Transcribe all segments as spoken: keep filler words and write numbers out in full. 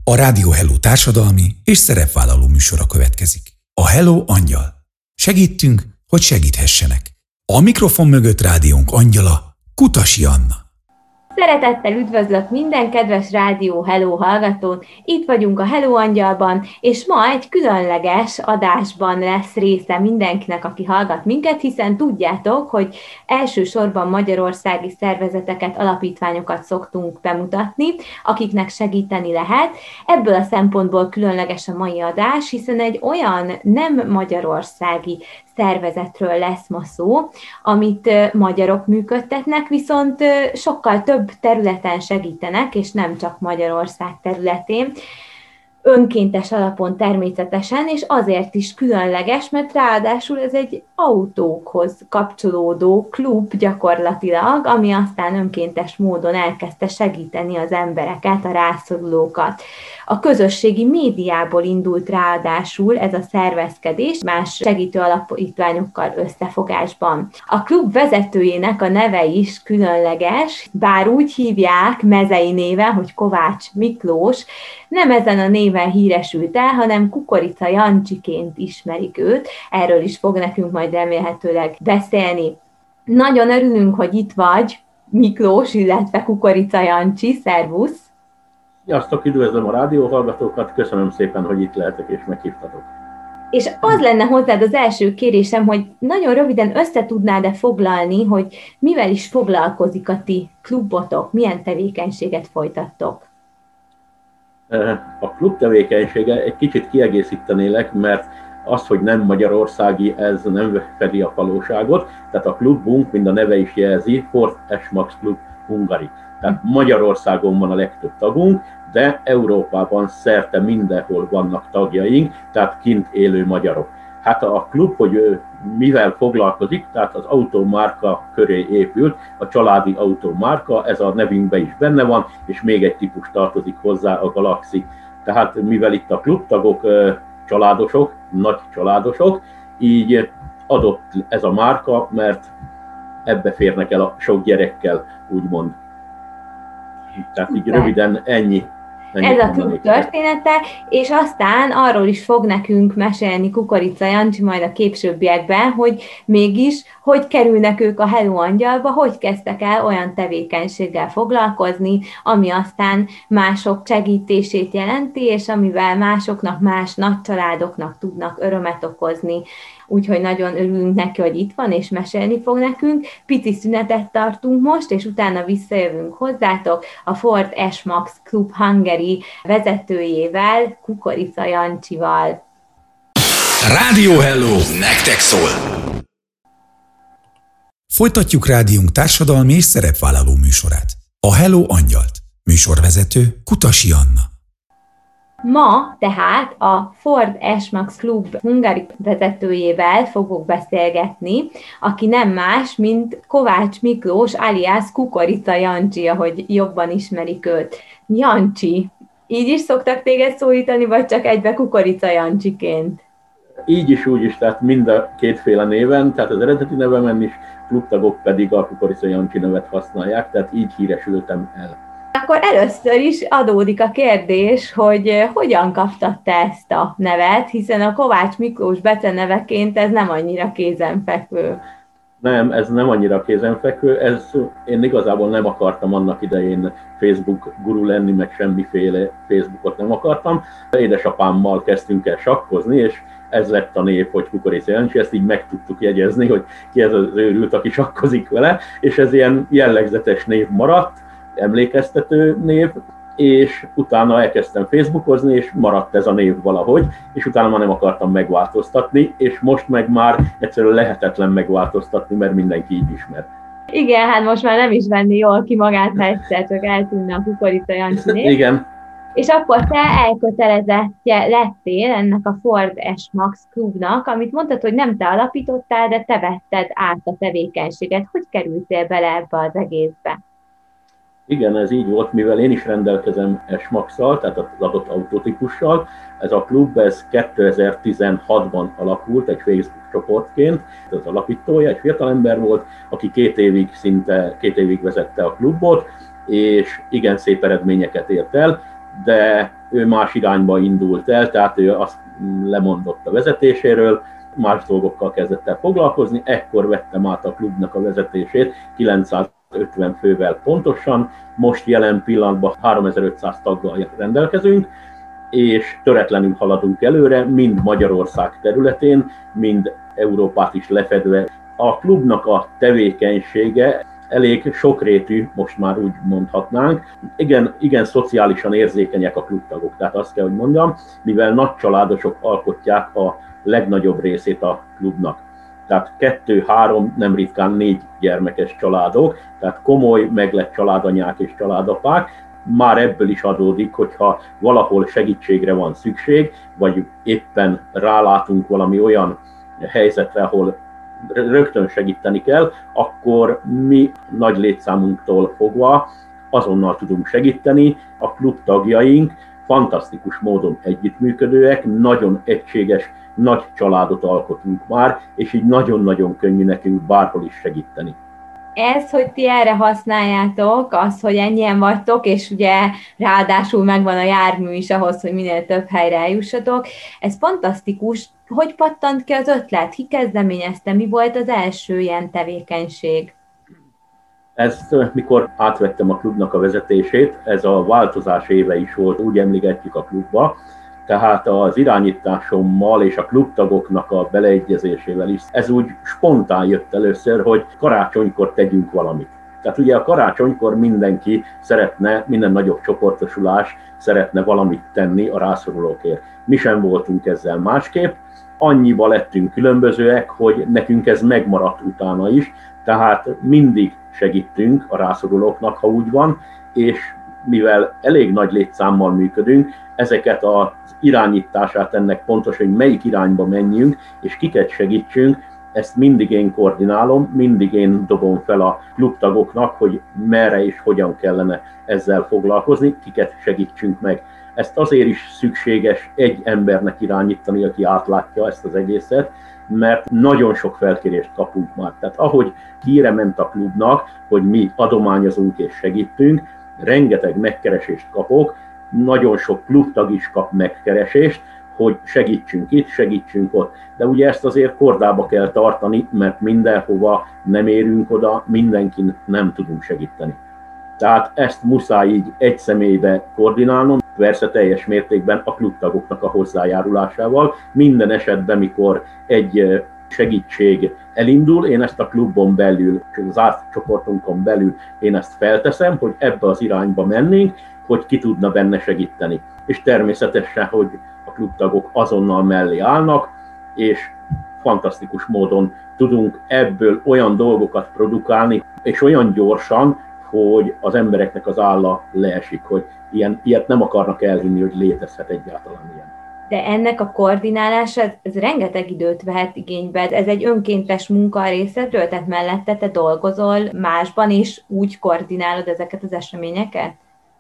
A Rádió Hello társadalmi és szerepvállaló műsora következik. A Hello Angyal. Segítünk, hogy segíthessenek. A mikrofon mögött rádiónk angyala, Kutasi Anna. Szeretettel üdvözlök minden kedves Rádió Hello hallgatót, itt vagyunk a Hello Angyalban, és ma egy különleges adásban lesz része mindenkinek, aki hallgat minket, hiszen tudjátok, hogy elsősorban magyarországi szervezeteket, alapítványokat szoktunk bemutatni, akiknek segíteni lehet. Ebből a szempontból különleges a mai adás, hiszen egy olyan nem magyarországi szervezetről lesz ma szó, amit magyarok működtetnek, viszont sokkal több területen segítenek, és nem csak Magyarország területén, önkéntes alapon természetesen, és azért is különleges, mert ráadásul ez egy autókhoz kapcsolódó klub gyakorlatilag, ami aztán önkéntes módon elkezdte segíteni az embereket, a rászorulókat. A közösségi médiából indult ráadásul ez a szervezkedés más segítő alapítványokkal összefogásban. A klub vezetőjének a neve is különleges, bár úgy hívják mezei néven, hogy Kovács Miklós, nem ezen a néven híresült el, hanem Kukorica Jancsiként ismerik őt, erről is fog nekünk majd remélhetőleg beszélni. Nagyon örülünk, hogy itt vagy, Miklós, illetve Kukorica Jancsi, szervusz! Sziasztok, üdvözlöm a rádióhallgatókat, köszönöm szépen, hogy itt lehetek és meghívtatok. És az lenne hozzád az első kérésem, hogy nagyon röviden össze tudnád-e foglalni, hogy mivel is foglalkozik a ti klubotok, milyen tevékenységet folytattok? A klub tevékenysége egy kicsit kiegészítenélek, mert az, hogy nem magyarországi, ez nem fedi a valóságot. Tehát a klubunk, mind a neve is jelzi, Ford S-Max Club Hungary. Tehát Magyarországon van a legtöbb tagunk, de Európában szerte mindenhol vannak tagjaink, tehát kint élő magyarok. Hát a klub, hogy mivel foglalkozik, tehát az autómárka köré épült, a családi autómárka, ez a nevünkben is benne van, és még egy típus tartozik hozzá, a Galaxy. Tehát mivel itt a klubtagok családosok, nagy családosok, így adott ez a márka, mert ebbe férnek el a sok gyerekkel, úgymond. Tehát így röviden ennyi. Ez a klub története, és aztán arról is fog nekünk mesélni Kukorica Jancsi majd a későbbiekben, hogy mégis, hogy kerülnek ők a Hello Angyalba, hogy kezdtek el olyan tevékenységgel foglalkozni, ami aztán mások segítését jelenti, és amivel másoknak, más nagy családoknak tudnak örömet okozni. Úgyhogy nagyon örülünk neki, hogy itt van, és mesélni fog nekünk. Pici szünetet tartunk most, és utána visszajövünk hozzátok a Ford S-Max Club Hungary vezetőjével, Kukorica Jancsival. Rádió Hello, nektek szól! Folytatjuk rádiónk társadalmi és szerepvállaló műsorát. A Hello Angyalt. Műsorvezető Kutasi Anna. Ma tehát a Ford S-Max Club Hungary vezetőjével fogok beszélgetni, aki nem más, mint Kovács Miklós, alias Kukorica Jancsi, ahogy jobban ismerik őt. Jancsi, így is szoktak téged szólítani, vagy csak egybe Kukorica Jancsiként? Így is, úgy is, tehát mind a kétféle néven, tehát az eredeti nevemen is, klubtagok pedig a Kukorica Jancsi nevet használják, tehát így híresültem el. Akkor először is adódik a kérdés, hogy hogyan kaptad te ezt a nevet, hiszen a Kovács Miklós beceneveként ez nem annyira kézenfekvő. Nem, ez nem annyira kézenfekvő, ez, én igazából nem akartam annak idején Facebook guru lenni, meg semmiféle Facebookot nem akartam. Édesapámmal kezdtünk el sakkozni, és ez lett a név, hogy Kukorica Jancsi, ezt így meg tudtuk jegyezni, hogy ki ez az őrült, aki sakkozik vele, és ez ilyen jellegzetes név maradt, emlékeztető név, és utána elkezdtem Facebookozni, és maradt ez a név valahogy, és utána már nem akartam megváltoztatni, és most meg már egyszerűen lehetetlen megváltoztatni, mert mindenki így ismer. Igen, hát most már nem is venni jól ki magát, ha egyszer csak eltűnne a Kukorica Jancsi név. Igen. És akkor te elkötelezettje lettél ennek a Ford S-Max Clubnak, amit mondtad, hogy nem te alapítottál, de te vetted át a tevékenységet. Hogy kerültél bele ebbe az egészbe? Igen, ez így volt, mivel én is rendelkezem S-Max-szal, tehát az adott autótípussal. Ez a klub, ez kétezer-tizenhatban alakult egy Facebook csoportként. Az alapítója egy fiatalember volt, aki két évig, szinte két évig vezette a klubot, és igen szép eredményeket ért el, de ő más irányba indult el, tehát ő azt lemondott a vezetéséről, más dolgokkal kezdett el foglalkozni, ekkor vettem át a klubnak a vezetését, kilencszázötven fővel pontosan, most jelen pillanatban háromezer-ötszáz taggal rendelkezünk, és töretlenül haladunk előre, mind Magyarország területén, mind Európát is lefedve. A klubnak a tevékenysége elég sokrétű, most már úgy mondhatnánk. Igen, igen szociálisan érzékenyek a klubtagok, tehát azt kell, hogy mondjam, mivel nagycsaládosok alkotják a legnagyobb részét a klubnak. Tehát kettő, három, nem ritkán négy gyermekes családok, tehát komoly, meglett családanyák és családapák. Már ebből is adódik, hogyha valahol segítségre van szükség, vagy éppen rálátunk valami olyan helyzetre, ahol rögtön segíteni kell, akkor mi nagy létszámunktól fogva azonnal tudunk segíteni. A klub tagjaink fantasztikus módon együttműködőek, nagyon egységes, nagy családot alkotunk már, és így nagyon-nagyon könnyű nekünk bárhol is segíteni. Ez, hogy ti erre használjátok, az, hogy ennyien vagytok, és ugye ráadásul megvan a jármű is ahhoz, hogy minél több helyre eljussatok, ez fantasztikus. Hogy pattant ki az ötlet? Ki kezdeményezte? Mi volt az első ilyen tevékenység? Ezt, mikor átvettem a klubnak a vezetését, ez a változás éve is volt, úgy emlegetjük a klubba, tehát az irányításommal és a klubtagoknak a beleegyezésével is. Ez úgy spontán jött először, hogy karácsonykor tegyünk valamit. Tehát ugye a karácsonykor mindenki szeretne, minden nagyobb csoportosulás szeretne valamit tenni a rászorulókért. Mi sem voltunk ezzel másképp, annyiba lettünk különbözőek, hogy nekünk ez megmaradt utána is, tehát mindig segítünk a rászorulóknak, ha úgy van, és mivel elég nagy létszámmal működünk, ezeket az irányítását ennek pontos, hogy melyik irányba menjünk, és kiket segítsünk, ezt mindig én koordinálom, mindig én dobom fel a klubtagoknak, hogy merre és hogyan kellene ezzel foglalkozni, kiket segítsünk meg. Ezt azért is szükséges egy embernek irányítani, aki átlátja ezt az egészet, mert nagyon sok felkérést kapunk már. Tehát ahogy híre ment a klubnak, hogy mi adományozunk és segítünk, rengeteg megkeresést kapok, nagyon sok klubtag is kap megkeresést, hogy segítsünk itt, segítsünk ott. De ugye ezt azért kordába kell tartani, mert mindenhova nem érünk oda, mindenkin nem tudunk segíteni. Tehát ezt muszáj így egy személybe koordinálnom, persze teljes mértékben a klubtagoknak a hozzájárulásával. Minden esetben, mikor egy segítség elindul, én ezt a klubon belül, az zárt csoportunkon belül én ezt felteszem, hogy ebbe az irányba mennénk, hogy ki tudna benne segíteni. És természetesen, hogy a klubtagok azonnal mellé állnak, és fantasztikus módon tudunk ebből olyan dolgokat produkálni, és olyan gyorsan, hogy az embereknek az álla leesik, hogy ilyen, ilyet nem akarnak elhinni, hogy létezhet egyáltalán ilyen. De ennek a koordinálása, ez rengeteg időt vehet igénybe. Ez egy önkéntes munka a részedről, tehát mellette te dolgozol másban, és úgy koordinálod ezeket az eseményeket?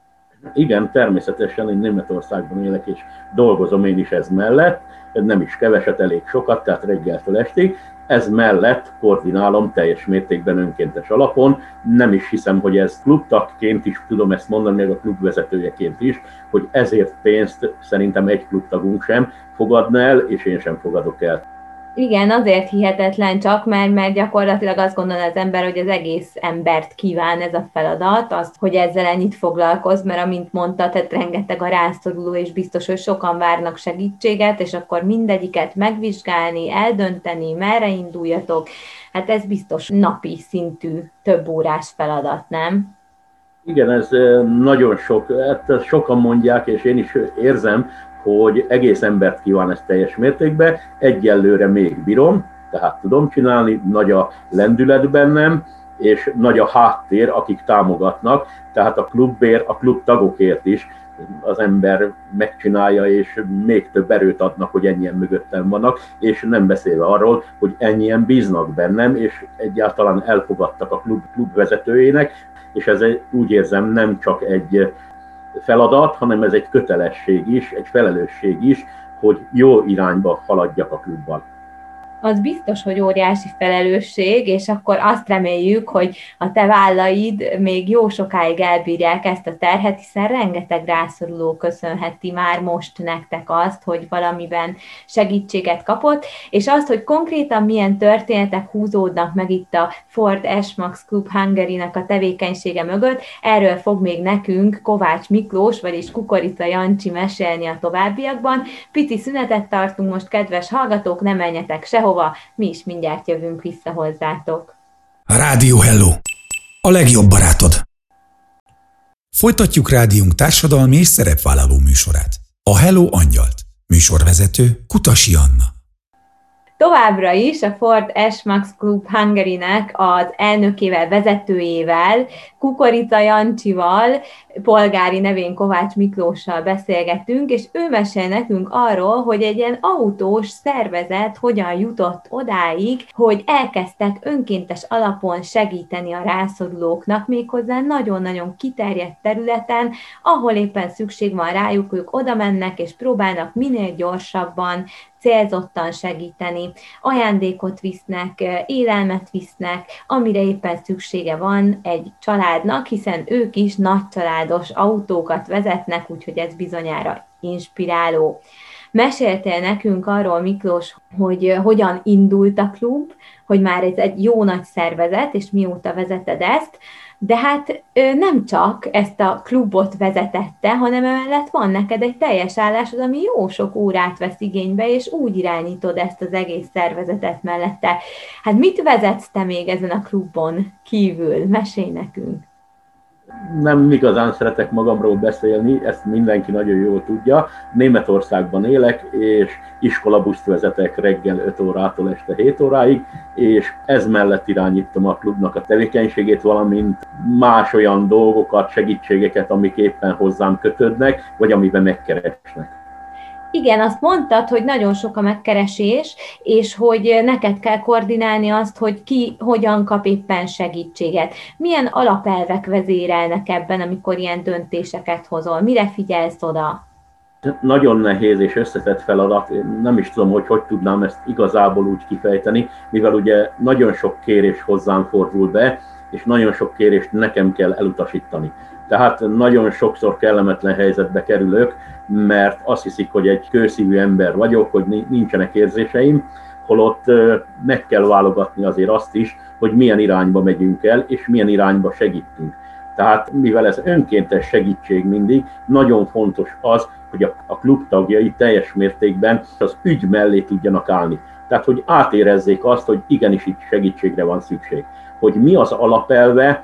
Igen, természetesen én Németországban élek, és dolgozom én is ez mellett, nem is keveset, elég sokat, tehát reggeltől estig. Ez mellett koordinálom teljes mértékben önkéntes alapon. Nem is hiszem, hogy ez klubtagként is tudom ezt mondani, meg a klubvezetőjeként is, hogy ezért pénzt szerintem egy klubtagunk sem fogadna el, és én sem fogadok el. Igen, azért hihetetlen csak, mert, mert gyakorlatilag azt gondolja az ember, hogy az egész embert kíván ez a feladat, azt, hogy ezzel ennyit foglalkoz, mert amint mondta, tehát rengeteg a rászoruló, és biztos, hogy sokan várnak segítséget, és akkor mindegyiket megvizsgálni, eldönteni, merre induljatok, hát ez biztos napi szintű, több órás feladat, nem? Igen, ez nagyon sok, hát sokan mondják, és én is érzem, hogy egész embert kíván ezt teljes mértékben, egyelőre még bírom, tehát tudom csinálni, nagy a lendület bennem, és nagy a háttér, akik támogatnak, tehát a klubért, a klub tagokért is az ember megcsinálja, és még több erőt adnak, hogy ennyien mögöttem vannak, és nem beszélve arról, hogy ennyien bíznak bennem, és egyáltalán elfogadtak a klub, klub vezetőjének, és ez egy, úgy érzem, nem csak egy feladat, hanem ez egy kötelesség is, egy felelősség is, hogy jó irányba haladjak a klubban. Az biztos, hogy óriási felelősség, és akkor azt reméljük, hogy a te vállaid még jó sokáig elbírják ezt a terhet, hiszen rengeteg rászoruló köszönheti már most nektek azt, hogy valamiben segítséget kapott, és azt, hogy konkrétan milyen történetek húzódnak meg itt a Ford S-Max Club Hungary-nek a tevékenysége mögött, erről fog még nekünk Kovács Miklós, vagyis Kukorica Jancsi mesélni a továbbiakban. Pici szünetet tartunk most, kedves hallgatók, ne menjetek sehova, mi is mindjárt jövünk vissza hozzátok. Rádió Hello! A legjobb barátod! Folytatjuk rádiónk társadalmi és szerepvállaló műsorát. A Hello Angyalt. Műsorvezető Kutasi Anna. Továbbra is a Ford S-Max Club Hungary-nek az elnökével, vezetőjével, Kukorica Jancsival, polgári nevén Kovács Miklóssal beszélgetünk, és ő mesél nekünk arról, hogy egy ilyen autós szervezet hogyan jutott odáig, hogy elkezdtek önkéntes alapon segíteni a rászorulóknak, méghozzá nagyon-nagyon kiterjedt területen, ahol éppen szükség van rájuk, ők oda mennek és próbálnak minél gyorsabban, célzottan segíteni, ajándékot visznek, élelmet visznek, amire éppen szüksége van egy családnak, hiszen ők is nagy családos autókat vezetnek, úgyhogy ez bizonyára inspiráló. Meséltél nekünk arról, Miklós, hogy hogyan indult a klub, hogy már ez egy jó nagy szervezet, és mióta vezeted ezt, de hát nem csak ezt a klubot vezetette, hanem emellett van neked egy teljes állásod, ami jó sok órát vesz igénybe, és úgy irányítod ezt az egész szervezetet mellette. Hát mit vezetsz te még ezen a klubon kívül? Mesélj nekünk! Nem igazán szeretek magamról beszélni, ezt mindenki nagyon jól tudja. Németországban élek, és iskolabuszt vezetek reggel öt órától este hét óráig, és ez mellett irányítom a klubnak a tevékenységét, valamint más olyan dolgokat, segítségeket, amik éppen hozzám kötődnek, vagy amiben megkeresnek. Igen, azt mondtad, hogy nagyon sok a megkeresés, és hogy neked kell koordinálni azt, hogy ki hogyan kap éppen segítséget. Milyen alapelvek vezérelnek ebben, amikor ilyen döntéseket hozol? Mire figyelsz oda? Nagyon nehéz és összetett feladat, én nem is tudom, hogy hogy tudnám ezt igazából úgy kifejteni, mivel ugye nagyon sok kérés hozzám fordul be, és nagyon sok kérést nekem kell elutasítani. Tehát nagyon sokszor kellemetlen helyzetbe kerülök, mert azt hiszik, hogy egy kőszívű ember vagyok, hogy nincsenek érzéseim, holott meg kell válogatni azért azt is, hogy milyen irányba megyünk el, és milyen irányba segítünk. Tehát mivel ez önkéntes segítség mindig, nagyon fontos az, hogy a klub tagjai teljes mértékben az ügy mellé tudjanak állni. Tehát, hogy átérezzék azt, hogy igenis itt segítségre van szükség. Hogy mi az alapelve,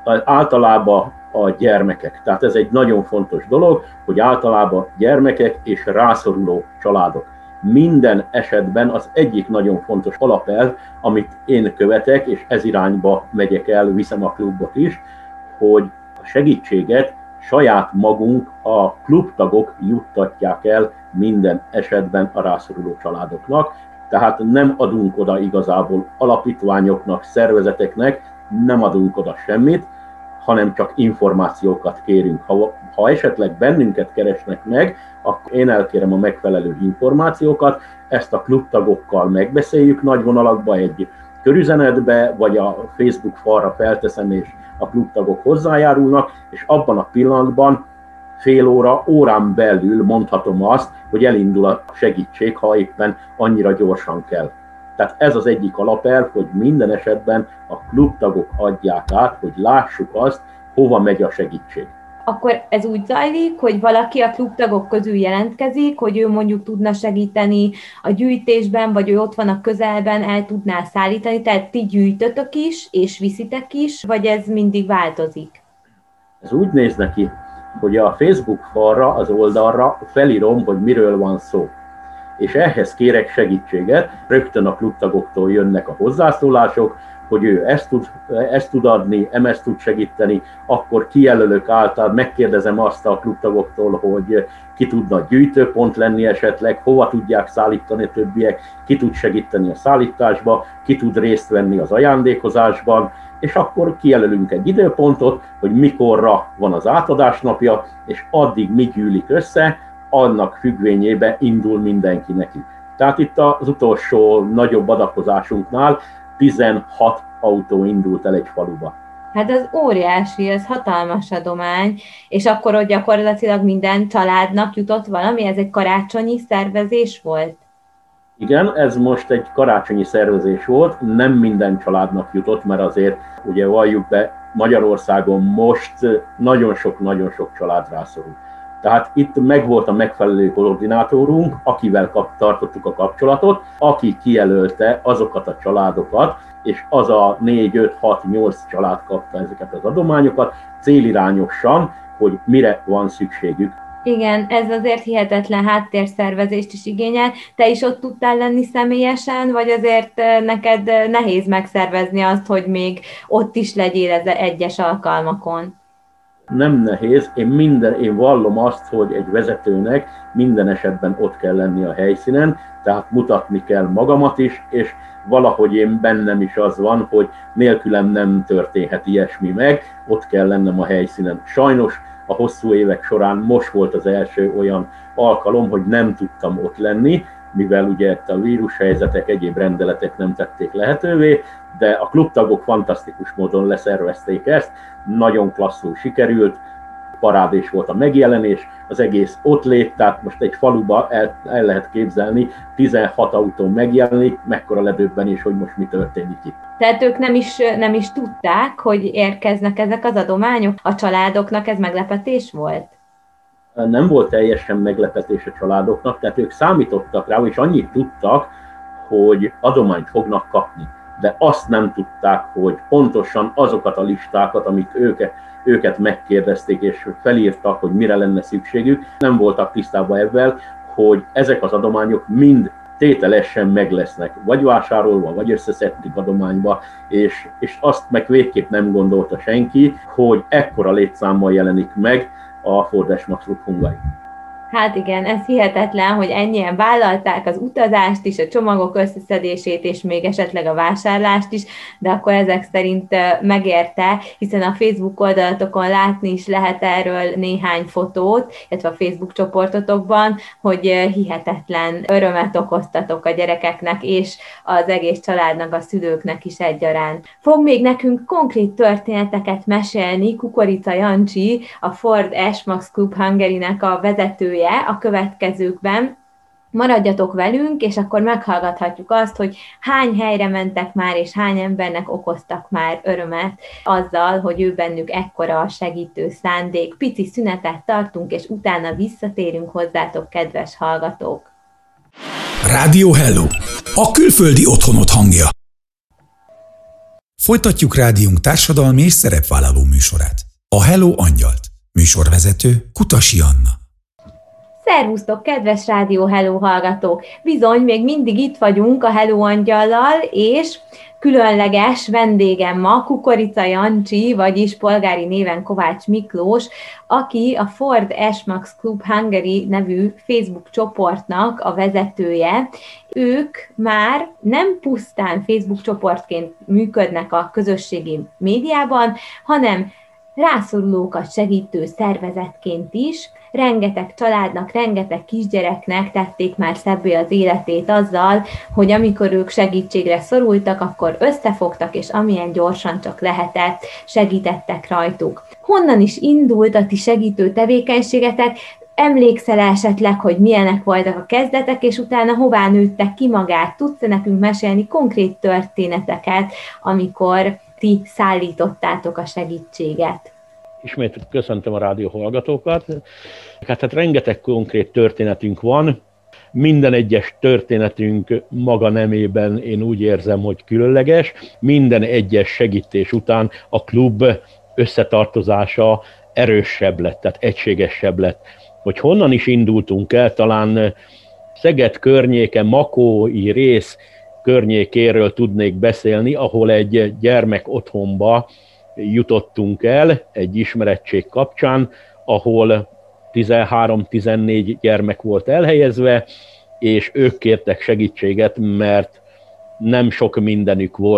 általában a gyermekek. Tehát ez egy nagyon fontos dolog, hogy általában gyermekek és rászoruló családok. Minden esetben az egyik nagyon fontos alapelv, amit én követek, és ez irányba megyek el, viszem a klubot is, hogy a segítséget saját magunk, a klubtagok juttatják el minden esetben a rászoruló családoknak. Tehát nem adunk oda igazából alapítványoknak, szervezeteknek, nem adunk oda semmit, hanem csak információkat kérünk. Ha, ha esetleg bennünket keresnek meg, akkor én elkérem a megfelelő információkat, ezt a klubtagokkal megbeszéljük nagy vonalakba egy körüzenetbe, vagy a Facebook falra felteszem, és a klubtagok hozzájárulnak, és abban a pillanatban fél óra, órán belül mondhatom azt, hogy elindul a segítség, ha éppen annyira gyorsan kell. Tehát ez az egyik alapelv, hogy minden esetben a klubtagok adják át, hogy lássuk azt, hova megy a segítség. Akkor ez úgy zajlik, hogy valaki a klubtagok közül jelentkezik, hogy ő mondjuk tudna segíteni a gyűjtésben, vagy ő ott van a közelben, el tudná szállítani, tehát ti gyűjtötök is, és viszitek is, vagy ez mindig változik? Ez úgy néz neki, hogy a Facebook falra, az oldalra felírom, hogy miről van szó. És ehhez kérek segítséget, rögtön a klubtagoktól jönnek a hozzászólások, hogy ő ezt tud, ezt tud adni, ezt tud segíteni, akkor kijelölök által, megkérdezem azt a klubtagoktól, hogy ki tudna gyűjtőpont lenni esetleg, hova tudják szállítani a többiek, ki tud segíteni a szállításba, ki tud részt venni az ajándékozásban, és akkor kijelölünk egy időpontot, hogy mikorra van az átadás napja, és addig mi gyűlik össze, annak függvényébe indul mindenki neki. Tehát itt az utolsó nagyobb adakozásunknál tizenhat autó indult el egy faluba. Hát az óriási, ez hatalmas adomány, és akkor ott gyakorlatilag minden családnak jutott valami, ez egy karácsonyi szervezés volt? Igen, ez most egy karácsonyi szervezés volt, nem minden családnak jutott, mert azért ugye valljuk be, Magyarországon most nagyon sok-nagyon sok család rászorul. Tehát itt megvolt a megfelelő koordinátorunk, akivel kap, tartottuk a kapcsolatot, aki kijelölte azokat a családokat, és az a négy, öt, hat, nyolc család kapta ezeket az adományokat célirányosan, hogy mire van szükségük. Igen, ez azért hihetetlen háttérszervezést is igényel. Te is ott tudtál lenni személyesen, vagy azért neked nehéz megszervezni azt, hogy még ott is legyél ez egyes alkalmakon? Nem nehéz, én, minden, én vallom azt, hogy egy vezetőnek minden esetben ott kell lenni a helyszínen, tehát mutatni kell magamat is, és valahogy én bennem is az van, hogy nélkülem nem történhet ilyesmi meg, ott kell lennem a helyszínen. Sajnos a hosszú évek során most volt az első olyan alkalom, hogy nem tudtam ott lenni, mivel ugye a vírushelyzetek, egyéb rendeletek nem tették lehetővé, de a klubtagok fantasztikus módon leszervezték ezt, nagyon klasszul sikerült, parádés volt a megjelenés, az egész ott lét, tehát most egy faluba el, el lehet képzelni, tizenhat autó megjelenik, mekkora ledöbbenés, hogy most mi történik itt. Tehát ők nem is, nem is tudták, hogy érkeznek ezek az adományok? A családoknak ez meglepetés volt? Nem volt teljesen meglepetés a családoknak, tehát ők számítottak rá, és annyit tudtak, hogy adományt fognak kapni. De azt nem tudták, hogy pontosan azokat a listákat, amik őket, őket megkérdezték és felírtak, hogy mire lenne szükségük, nem voltak tisztában ebben, hogy ezek az adományok mind tételesen meg lesznek, vagy vásárolva, vagy összeszedtük adományba, és, és azt meg végképp nem gondolta senki, hogy ekkora létszámmal jelenik meg a Ford S-Max Club Hungary. Hát igen, ez hihetetlen, hogy ennyien vállalták az utazást is, a csomagok összeszedését, és még esetleg a vásárlást is, de akkor ezek szerint megérte, hiszen a Facebook oldalatokon látni is lehet erről néhány fotót, illetve a Facebook csoportotokban, hogy hihetetlen örömet okoztatok a gyerekeknek, és az egész családnak, a szülőknek is egyaránt. Fog még nekünk konkrét történeteket mesélni Kukorica Jancsi, a Ford S-Max Club Hungary-nek a vezetője, a következőkben. Maradjatok velünk, és akkor meghallgathatjuk azt, hogy hány helyre mentek már, és hány embernek okoztak már örömet azzal, hogy ő bennük ekkora a segítő szándék. Pici szünetet tartunk, és utána visszatérünk hozzátok, kedves hallgatók. Rádió Hello! A külföldi otthonot hangja. Folytatjuk rádiónk társadalmi és szerepvállaló műsorát. A Hello Angyalt. Műsorvezető Kutasi Anna. Szervusztok, kedves Rádió Hello hallgatók! Bizony, még mindig itt vagyunk a Hello Angyallal, és különleges vendégem ma Kukorica Jancsi, vagyis polgári néven Kovács Miklós, aki a Ford S-Max Club Hungary nevű Facebook csoportnak a vezetője. Ők már nem pusztán Facebook csoportként működnek a közösségi médiában, hanem rászorulókat segítő szervezetként is. Rengeteg családnak, rengeteg kisgyereknek tették már szebbé az életét azzal, hogy amikor ők segítségre szorultak, akkor összefogtak, és amilyen gyorsan csak lehetett, segítettek rajtuk. Honnan is indult a ti segítő tevékenységetek? Emlékszel esetleg, hogy milyenek voltak a kezdetek, és utána hová nőttek ki magát? Tudsz nekünk mesélni konkrét történeteket, amikor ti szállítottátok a segítséget? Ismét köszöntöm a rádió hallgatókat. Hát, hát rengeteg konkrét történetünk van. Minden egyes történetünk maga nemében én úgy érzem, hogy különleges. Minden egyes segítés után a klub összetartozása erősebb lett, tehát egységesebb lett. Hogy honnan is indultunk el, talán Szeged környéke, Makói rész környékéről tudnék beszélni, ahol egy gyermek otthonba jutottunk el egy ismerettség kapcsán, ahol tizenhárom-tizennégy gyermek volt elhelyezve, és ők kértek segítséget, mert nem sok mindenük volt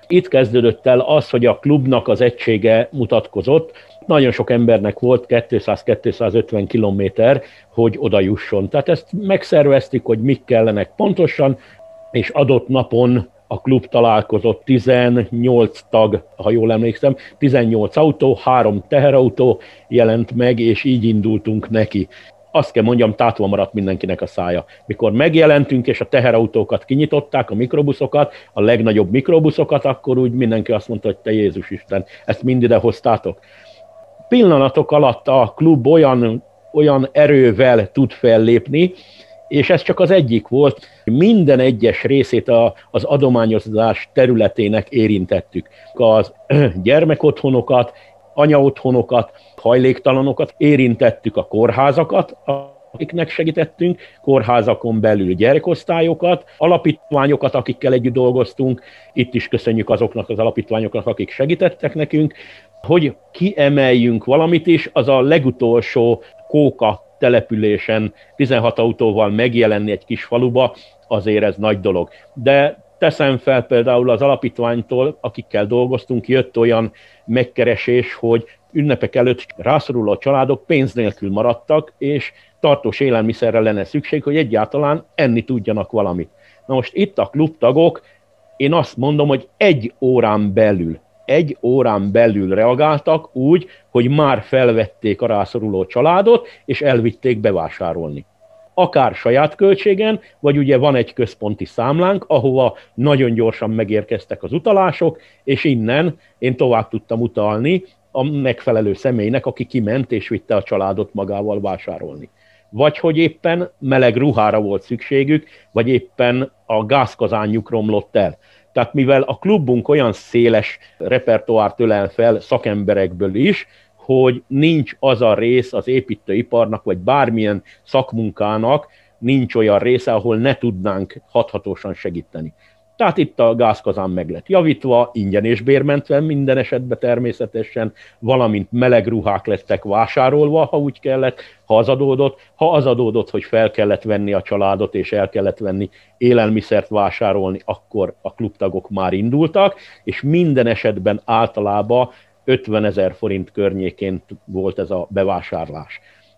Itt kezdődött el az, hogy a klubnak az egysége mutatkozott. Nagyon sok embernek volt kétszáz-kétszázötven kilométer, hogy oda jusson. Tehát ezt megszerveztük, hogy mik kellenek pontosan, és adott napon a klub találkozott, tizennyolc tag, ha jól emlékszem, tizennyolc autó, három teherautó jelent meg, és így indultunk neki. Azt kell mondjam, tátva maradt mindenkinek a szája. Mikor megjelentünk, és a teherautókat kinyitották, a mikrobuszokat, a legnagyobb mikrobuszokat, akkor úgy mindenki azt mondta, hogy te Jézus Isten, ezt mind ide hoztátok. Pillanatok alatt a klub olyan, olyan erővel tud fellépni, és ez csak az egyik volt. Minden egyes részét a, az adományozás területének érintettük. Az gyermekotthonokat, anyaotthonokat, hajléktalanokat, érintettük a kórházakat, akiknek segítettünk, kórházakon belül gyerekosztályokat, alapítványokat, akikkel együtt dolgoztunk, itt is köszönjük azoknak az alapítványoknak, akik segítettek nekünk, hogy kiemeljünk valamit is, az a legutolsó Kóka településen tizenhat autóval megjelenni egy kis faluba, azért ez nagy dolog. De teszem fel például az alapítványtól, akikkel dolgoztunk, jött olyan megkeresés, hogy ünnepek előtt rászoruló családok pénz nélkül maradtak, és tartós élelmiszerre lenne szükség, hogy egyáltalán enni tudjanak valamit. Na most itt a klubtagok, én azt mondom, hogy egy órán belül, egy órán belül reagáltak úgy, hogy már felvették a rászoruló családot, és elvitték bevásárolni. Akár saját költségen, vagy ugye van egy központi számlánk, ahova nagyon gyorsan megérkeztek az utalások, és innen én tovább tudtam utalni a megfelelő személynek, aki kiment és vitte a családot magával vásárolni. Vagy hogy éppen meleg ruhára volt szükségük, vagy éppen a gázkazánjuk romlott el. Tehát mivel a klubunk olyan széles repertoárt ölel fel szakemberekből is, hogy nincs az a rész az építőiparnak, vagy bármilyen szakmunkának, nincs olyan része, ahol ne tudnánk hathatósan segíteni. Tehát itt a gázkazán meg lett javítva, ingyen és bérmentve minden esetben természetesen, valamint meleg ruhák lettek vásárolva, ha úgy kellett, ha az adódott. Ha az adódott, hogy fel kellett venni a családot, és el kellett venni élelmiszert vásárolni, akkor a klubtagok már indultak, és minden esetben általában ötvenezer forint környékén volt ez a bevásárlás.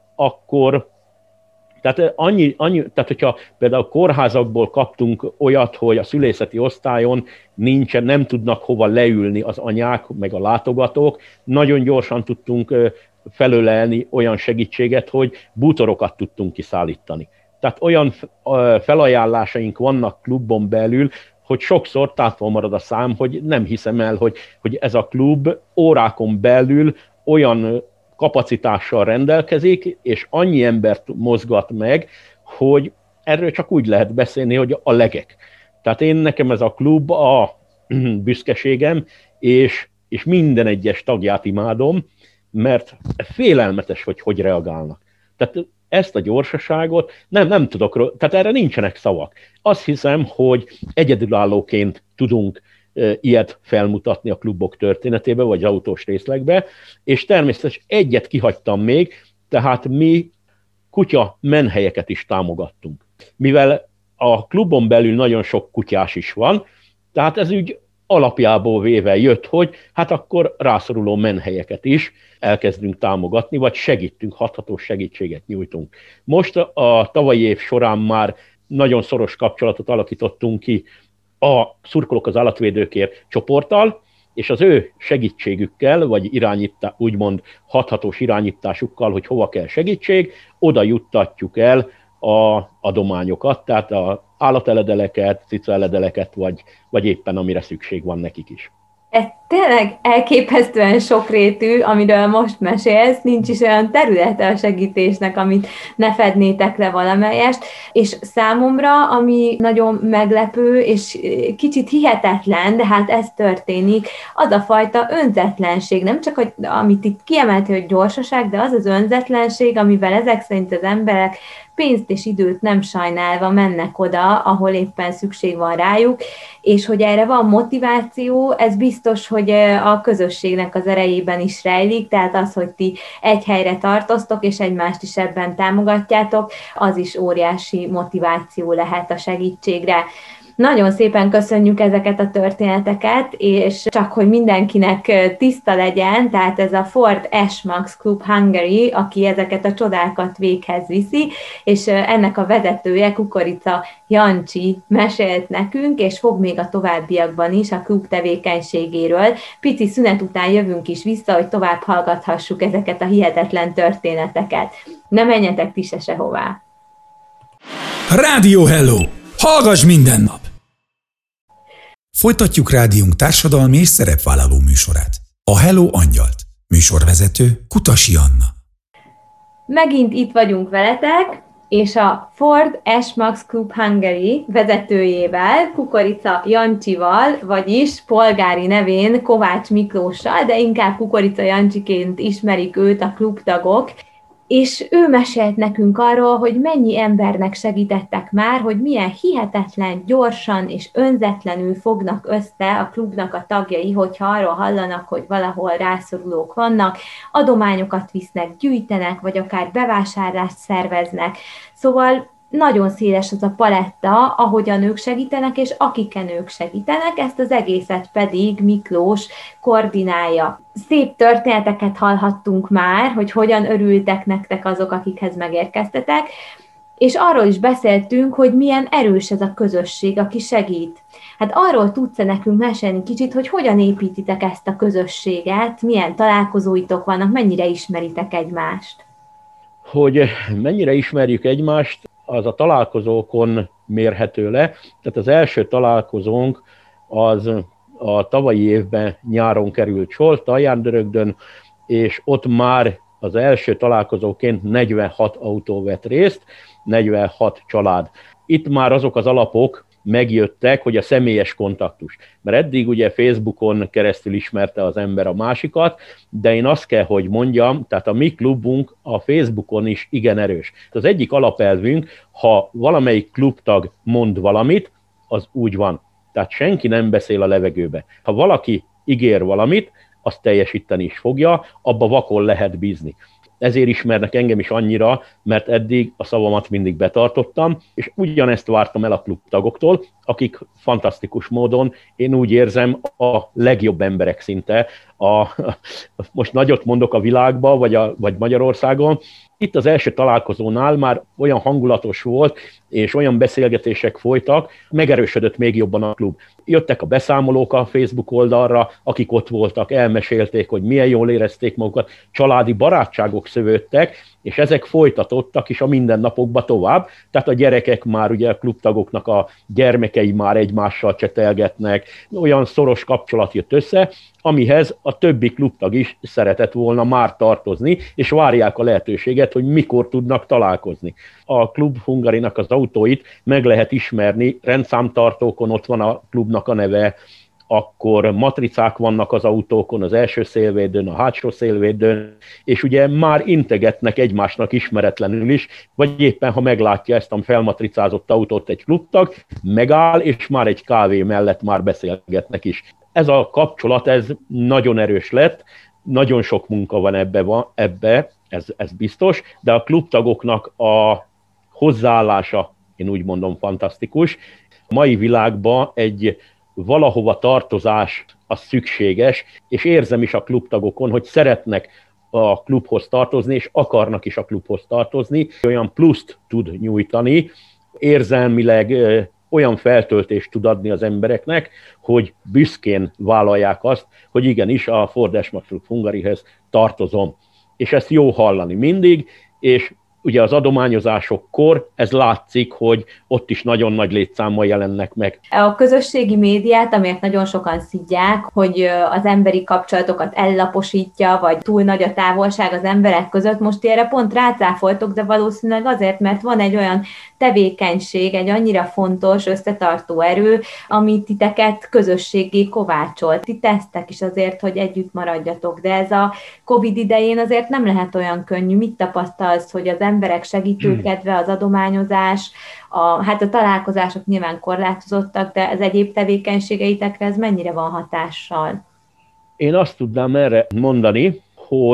Akkor Tehát, annyi, annyi, tehát, hogyha például kórházakból kaptunk olyat, hogy a szülészeti osztályon nincsen, nem tudnak hova leülni az anyák, meg a látogatók, nagyon gyorsan tudtunk felölelni olyan segítséget, hogy bútorokat tudtunk kiszállítani. Tehát olyan felajánlásaink vannak klubon belül, hogy sokszor tátva marad a szám, hogy nem hiszem el, hogy, hogy ez a klub órákon belül olyan kapacitással rendelkezik, és annyi embert mozgat meg, hogy erről csak úgy lehet beszélni, hogy a legek. Tehát én nekem ez a klub a büszkeségem, és, és minden egyes tagját imádom, mert félelmetes, hogy hogy reagálnak. Tehát ezt a gyorsaságot nem, nem tudok, tehát erre nincsenek szavak. Azt hiszem, hogy egyedülállóként tudunk ilyet felmutatni a klubok történetébe, vagy autós részlegbe, és természetesen egyet kihagytam még, tehát mi kutya menhelyeket is támogattunk. Mivel a klubon belül nagyon sok kutyás is van, tehát ez úgy alapjából véve jött, hogy hát akkor rászoruló menhelyeket is elkezdünk támogatni, vagy segítünk, hathatós segítséget nyújtunk. Most a tavalyi év során már nagyon szoros kapcsolatot alakítottunk ki a Szurkolók az állatvédőkért csoporttal, és az ő segítségükkel, vagy irányítá, úgymond hathatós irányításukkal, hogy hova kell segítség, oda juttatjuk el a adományokat, tehát az állateledeleket, cicaeledeleket, vagy, vagy éppen amire szükség van nekik is. Ez tényleg elképesztően sokrétű, amiről most mesélsz, nincs is olyan területe a segítésnek, amit ne fednétek le valamelyest, és számomra, ami nagyon meglepő, és kicsit hihetetlen, de hát ez történik, az a fajta önzetlenség, nem csak, hogy, amit itt kiemeltél, hogy gyorsaság, de az az önzetlenség, amivel ezek szerint az emberek pénzt és időt nem sajnálva mennek oda, ahol éppen szükség van rájuk, és hogy erre van motiváció, ez biztos, hogy a közösségnek az erejében is rejlik, tehát az, hogy ti egy helyre tartoztok, és egymást is ebben támogatjátok, az is óriási motiváció lehet a segítségre. Nagyon szépen köszönjük ezeket a történeteket, és csak hogy mindenkinek tiszta legyen, tehát ez a Ford S-Max Club Hungary, aki ezeket a csodákat véghez viszi, és ennek a vezetője, Kukorica Jancsi mesélt nekünk, és fog még a továbbiakban is a klub tevékenységéről. Pici szünet után jövünk is vissza, hogy tovább hallgathassuk ezeket a hihetetlen történeteket. Ne menjetek ti se sehová! Rádió Hello! Hallgass minden nap! Folytatjuk rádiónk társadalmi és szerepvállaló műsorát. A Hello Angyalt. Műsorvezető Kutasi Anna. Megint itt vagyunk veletek, és a Ford S-Max Club Hungary vezetőjével, Kukorica Jancsival, vagyis polgári nevén Kovács Miklóssal, de inkább Kukorica Jancsiként ismerik őt a klubtagok, és ő mesélt nekünk arról, hogy mennyi embernek segítettek már, hogy milyen hihetetlen, gyorsan és önzetlenül fognak össze a klubnak a tagjai, hogyha arról hallanak, hogy valahol rászorulók vannak, adományokat visznek, gyűjtenek, vagy akár bevásárlást szerveznek. Szóval nagyon széles az a paletta, ahogyan ők segítenek, és akiken ők segítenek, ezt az egészet pedig Miklós koordinálja. Szép történeteket hallhattunk már, hogy hogyan örültek nektek azok, akikhez megérkeztetek, és arról is beszéltünk, hogy milyen erős ez a közösség, aki segít. Hát arról tudsz-e nekünk mesélni kicsit, hogy hogyan építitek ezt a közösséget, milyen találkozóitok vannak, mennyire ismeritek egymást? Hogy mennyire ismerjük egymást, az a találkozókon mérhető le. Tehát az első találkozónk az a tavalyi évben nyáron került sor, Talján-Dörögdön, és ott már az első találkozóként negyvenhat autó vett részt, negyvenhat család. Itt már azok az alapok megjöttek, hogy a személyes kontaktus. Mert eddig ugye Facebookon keresztül ismerte az ember a másikat, de én azt kell, hogy mondjam, tehát a mi klubunk a Facebookon is igen erős. Az egyik alapelvünk, ha valamelyik klubtag mond valamit, az úgy van. Tehát senki nem beszél a levegőbe. Ha valaki ígér valamit, azt teljesíteni is fogja, abba vakon lehet bízni. Ezért ismernek engem is annyira, mert eddig a szavamat mindig betartottam, és ugyanezt vártam el a klubtagoktól, akik fantasztikus módon, én úgy érzem, a legjobb emberek szinte. A, most nagyot mondok a világba, vagy, a, vagy Magyarországon. Itt az első találkozónál már olyan hangulatos volt, és olyan beszélgetések folytak, megerősödött még jobban a klub. Jöttek a beszámolók a Facebook oldalra, akik ott voltak, elmesélték, hogy milyen jól érezték magukat, családi barátságok szövődtek, és ezek folytatottak is a mindennapokba tovább. Tehát a gyerekek már, ugye a klubtagoknak a gyermekei már egymással csetelgetnek, olyan szoros kapcsolat jött össze, amihez a többi klubtag is szeretett volna már tartozni, és várják a lehetőséget, hogy mikor tudnak találkozni. A Klub Hungarinak az autóit meg lehet ismerni, rendszámtartókon ott van a klubnak a neve, akkor matricák vannak az autókon, az első szélvédőn, a hátsó szélvédőn, és ugye már integetnek egymásnak ismeretlenül is, vagy éppen ha meglátja ezt a felmatricázott autót egy klubtag, megáll, és már egy kávé mellett már beszélgetnek is. Ez a kapcsolat, ez nagyon erős lett, nagyon sok munka van ebbe, ebbe ez, ez biztos, de a klubtagoknak a hozzáállása, én úgy mondom, fantasztikus. A mai világban egy valahova tartozás az szükséges, és érzem is a klubtagokon, hogy szeretnek a klubhoz tartozni, és akarnak is a klubhoz tartozni, olyan pluszt tud nyújtani, érzelmileg olyan feltöltést tud adni az embereknek, hogy büszkén vállalják azt, hogy igenis a Ford S-Max Club Hungaryhez tartozom. És ezt jó hallani mindig, és ugye az adományozásokkor ez látszik, hogy ott is nagyon nagy létszámmal jelennek meg. A közösségi médiát, amelyet nagyon sokan szidják, hogy az emberi kapcsolatokat ellaposítja, vagy túl nagy a távolság az emberek között, most erre pont rácáfoltok, de valószínűleg azért, mert van egy olyan tevékenység, egy annyira fontos, összetartó erő, amit titeket közösséggé kovácsolt. Ti tesztek is azért, hogy együtt maradjatok, de ez a Covid idején azért nem lehet olyan könnyű. Mit tapasztalsz, hogy az emberek segítőkedve, az adományozás, a, hát a találkozások nyilván korlátozottak, de az egyéb tevékenységeitekre ez mennyire van hatással? Én azt tudnám erre mondani, hogy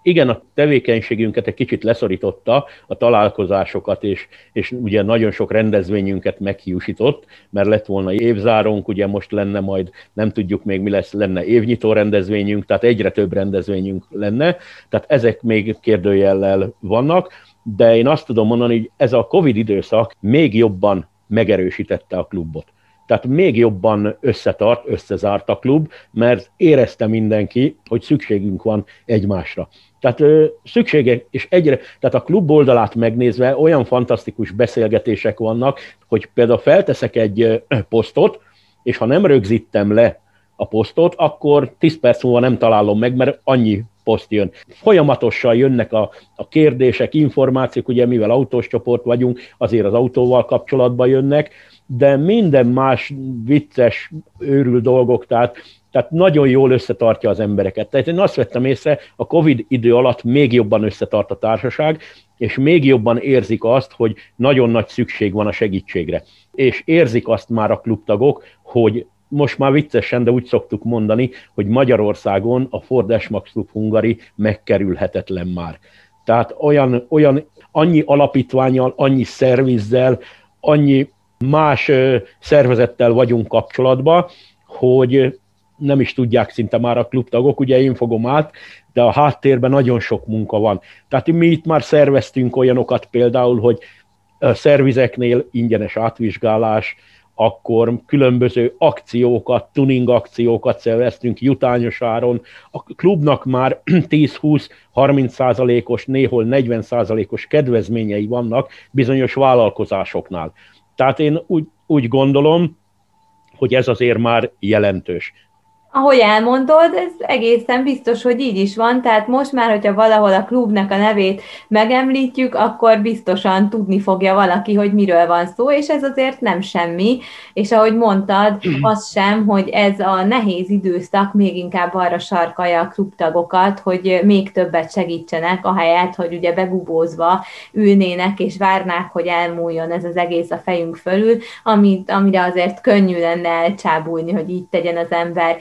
igen, a tevékenységünket egy kicsit leszorította, a találkozásokat, és, és ugye nagyon sok rendezvényünket meghiúsított, mert lett volna évzárónk, ugye most lenne majd, nem tudjuk még mi lesz, lenne évnyitó rendezvényünk, tehát egyre több rendezvényünk lenne, tehát ezek még kérdőjellel vannak, de én azt tudom mondani, hogy ez a Covid időszak még jobban megerősítette a klubot. Tehát még jobban összetart, összezárt a klub, mert érezte mindenki, hogy szükségünk van egymásra. Tehát ö, szüksége, és egyre, tehát a klub oldalát megnézve olyan fantasztikus beszélgetések vannak, hogy például felteszek egy ö, posztot, és ha nem rögzítem le a posztot, akkor tíz perc múlva nem találom meg, mert annyi poszt jön. Folyamatosan jönnek a, a kérdések, információk, ugye mivel autós csoport vagyunk, azért az autóval kapcsolatban jönnek, de minden más vicces, őrül dolgok, tehát, tehát nagyon jól összetartja az embereket. Tehát én azt vettem észre, a Covid idő alatt még jobban összetart a társaság, és még jobban érzik azt, hogy nagyon nagy szükség van a segítségre. És érzik azt már a klubtagok, hogy most már viccesen, de úgy szoktuk mondani, hogy Magyarországon a Ford S-Max Club Hungary megkerülhetetlen már. Tehát olyan, olyan annyi alapítvánnyal, annyi szervizzel, annyi más szervezettel vagyunk kapcsolatban, hogy nem is tudják szinte már a klubtagok, ugye én fogom át, de a háttérben nagyon sok munka van. Tehát mi itt már szerveztünk olyanokat például, hogy a szervizeknél ingyenes átvizsgálás, akkor különböző akciókat, tuning akciókat szerveztünk jutányos áron. A klubnak már tíz-húsz-harminc százalékos, néhol negyven százalékos kedvezményei vannak bizonyos vállalkozásoknál. Tehát én úgy, úgy gondolom, hogy ez azért már jelentős. Ahogy elmondod, ez egészen biztos, hogy így is van, tehát most már, hogyha valahol a klubnak a nevét megemlítjük, akkor biztosan tudni fogja valaki, hogy miről van szó, és ez azért nem semmi, és ahogy mondtad, az sem, hogy ez a nehéz időszak még inkább arra sarkalja a klubtagokat, hogy még többet segítsenek, ahelyett, hogy ugye bebubózva ülnének és várnák, hogy elmúljon ez az egész a fejünk fölül, amit, amire azért könnyű lenne elcsábulni, hogy így tegyen az ember.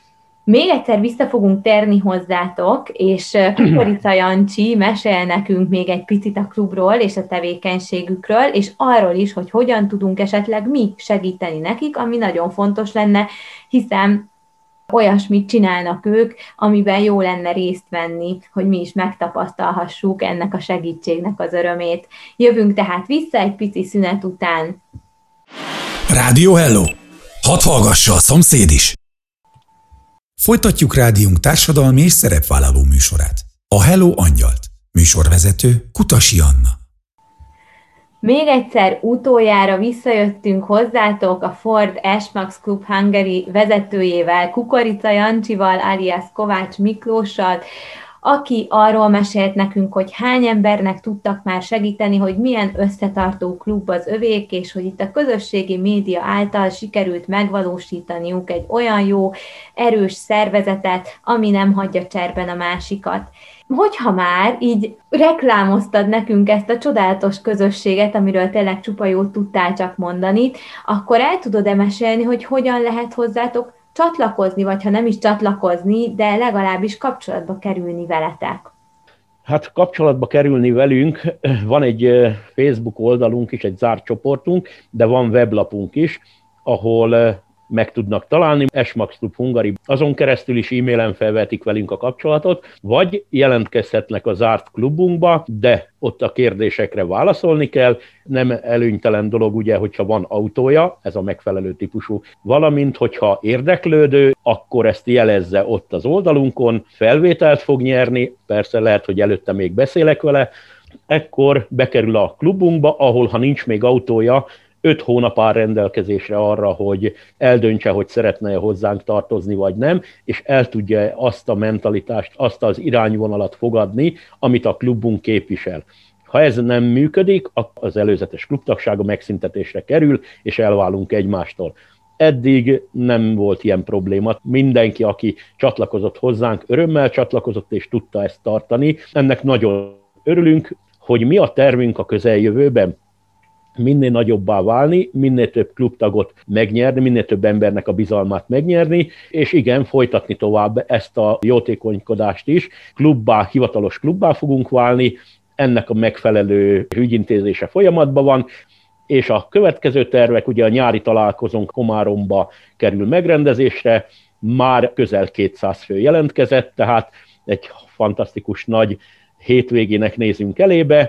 Még egyszer vissza fogunk térni hozzátok, és Kukorica Jancsi mesél nekünk még egy picit a klubról és a tevékenységükről, és arról is, hogy hogyan tudunk esetleg mi segíteni nekik, ami nagyon fontos lenne, hiszen olyasmit csinálnak ők, amiben jó lenne részt venni, hogy mi is megtapasztalhassuk ennek a segítségnek az örömét. Jövünk tehát vissza egy pici szünet után. Rádió Hello! Hadd hallgassa a szomszéd is! Folytatjuk rádiónk társadalmi és szerepvállaló műsorát. A Hello Angyalt. Műsorvezető Kutasi Anna. Még egyszer utoljára visszajöttünk hozzátok a Ford S-Max Club Hungary vezetőjével, Kukorica Jancsival, alias Kovács Miklóssal, aki arról mesélt nekünk, hogy hány embernek tudtak már segíteni, hogy milyen összetartó klub az övék, és hogy itt a közösségi média által sikerült megvalósítaniuk egy olyan jó, erős szervezetet, ami nem hagyja cserben a másikat. Hogyha már így reklámoztad nekünk ezt a csodálatos közösséget, amiről tényleg csupa jót tudtál csak mondani, akkor el tudod-e mesélni, hogy hogyan lehet hozzátok csatlakozni, vagy ha nem is csatlakozni, de legalábbis kapcsolatba kerülni veletek? Hát kapcsolatba kerülni velünk, van egy Facebook oldalunk is, egy zárt csoportunk, de van weblapunk is, ahol meg tudnak találni, S-Max Club Hungary, azon keresztül is e-mailen felvetik velünk a kapcsolatot, vagy jelentkezhetnek a zárt klubunkba, de ott a kérdésekre válaszolni kell, nem előnytelen dolog ugye, hogyha van autója, ez a megfelelő típusú, valamint hogyha érdeklődő, akkor ezt jelezze ott az oldalunkon, felvételt fog nyerni, persze lehet, hogy előtte még beszélek vele, ekkor bekerül a klubunkba, ahol ha nincs még autója, öt hónap áll rendelkezésre arra, hogy eldöntse, hogy szeretne hozzánk tartozni, vagy nem, és el tudja azt a mentalitást, azt az irányvonalat fogadni, amit a klubunk képvisel. Ha ez nem működik, az előzetes klubtagsága megszüntetésre kerül, és elválunk egymástól. Eddig nem volt ilyen probléma. Mindenki, aki csatlakozott hozzánk, örömmel csatlakozott, és tudta ezt tartani. Ennek nagyon örülünk, hogy mi a tervünk a közeljövőben. minél nagyobbá válni, minél több klubtagot megnyerni, minél több embernek a bizalmát megnyerni, és igen, folytatni tovább ezt a jótékonykodást is. Klubbá, hivatalos klubbá fogunk válni, ennek a megfelelő ügyintézése folyamatban van, és a következő tervek, ugye a nyári találkozónk Komáromba kerül megrendezésre, már közel kétszáz fő jelentkezett, tehát egy fantasztikus nagy hétvégének nézünk elébe,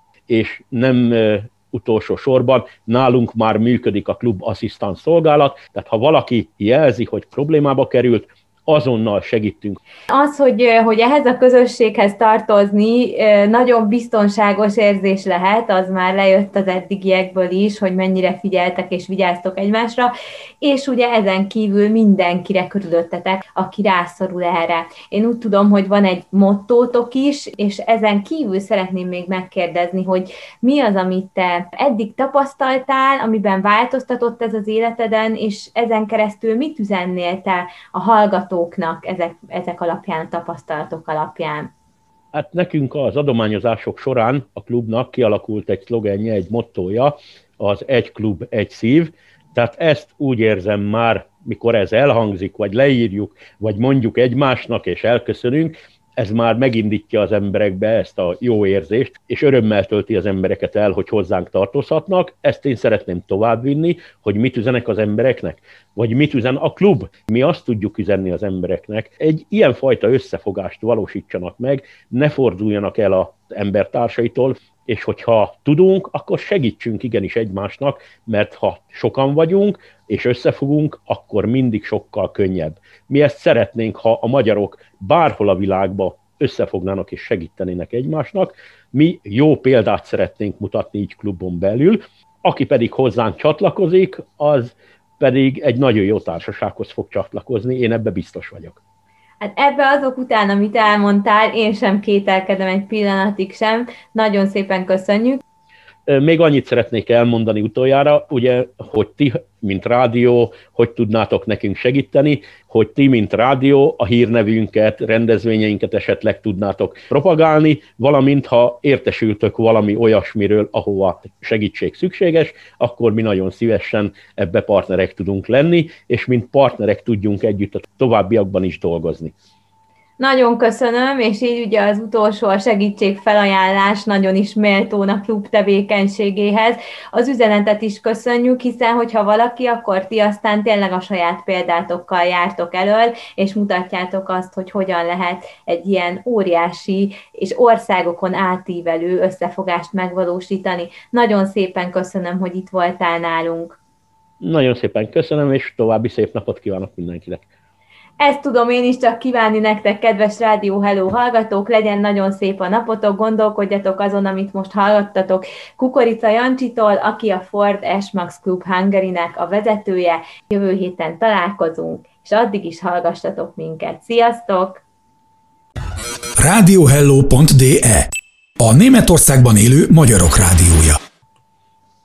és nem utolsó sorban nálunk már működik a klub asszisztans szolgálat, tehát ha valaki jelzi, hogy problémába került, azonnal segítünk. Az, hogy, hogy ehhez a közösséghez tartozni nagyon biztonságos érzés lehet, az már lejött az eddigiekből is, hogy mennyire figyeltek és vigyáztok egymásra, és ugye ezen kívül mindenkire körülöttetek, aki rászorul erre. Én úgy tudom, hogy van egy mottótok is, és ezen kívül szeretném még megkérdezni, hogy mi az, amit te eddig tapasztaltál, amiben változtatott ez az életeden, és ezen keresztül mit üzennél te a hallgatóknak ezek, ezek alapján, a tapasztalatok alapján? Hát nekünk az adományozások során a klubnak kialakult egy szlogenje, egy mottója, az egy klub, egy szív. Tehát ezt úgy érzem már, mikor ez elhangzik, vagy leírjuk, vagy mondjuk egymásnak és elköszönünk, ez már megindítja az emberekbe ezt a jó érzést, és örömmel tölti az embereket el, hogy hozzánk tartozhatnak. Ezt én szeretném továbbvinni, hogy mit üzenek az embereknek, vagy mit üzen a klub. Mi azt tudjuk üzenni az embereknek, egy ilyenfajta összefogást valósítsanak meg, ne forduljanak el az embertársaitól, és hogyha tudunk, akkor segítsünk igenis egymásnak, mert ha sokan vagyunk, és összefogunk, akkor mindig sokkal könnyebb. Mi ezt szeretnénk, ha a magyarok bárhol a világban összefognának és segítenének egymásnak. Mi jó példát szeretnénk mutatni így klubon belül, aki pedig hozzánk csatlakozik, az pedig egy nagyon jó társasághoz fog csatlakozni, én ebbe biztos vagyok. Hát ebbe azok után, amit elmondtál, én sem kételkedem egy pillanatig sem. Nagyon szépen köszönjük. Még annyit szeretnék elmondani utoljára, ugye, hogy ti, mint rádió, hogy tudnátok nekünk segíteni, hogy ti, mint rádió, a hírnevünket, rendezvényeinket esetleg tudnátok propagálni, valamint ha értesültök valami olyasmiről, ahova segítség szükséges, akkor mi nagyon szívesen ebbe partnerek tudunk lenni, és mint partnerek tudjunk együtt a továbbiakban is dolgozni. Nagyon köszönöm, és így ugye az utolsó a segítségfelajánlás nagyon is méltón a klub tevékenységéhez. Az üzenetet is köszönjük, hiszen hogyha valaki, akkor ti aztán tényleg a saját példátokkal jártok elől, és mutatjátok azt, hogy hogyan lehet egy ilyen óriási és országokon átívelő összefogást megvalósítani. Nagyon szépen köszönöm, hogy itt voltál nálunk. Nagyon szépen köszönöm, és további szép napot kívánok mindenkinek. Ezt tudom én is csak kívánni nektek, kedves Rádió Hello hallgatók, legyen nagyon szép a napotok, gondolkodjatok azon, amit most hallgattatok Kukorica Jancsitól, aki a Ford S-Max Club Hungary-nek a vezetője. Jövő héten találkozunk, és addig is hallgassatok minket. Sziasztok! radiohello pont de a Németországban élő magyarok rádiója.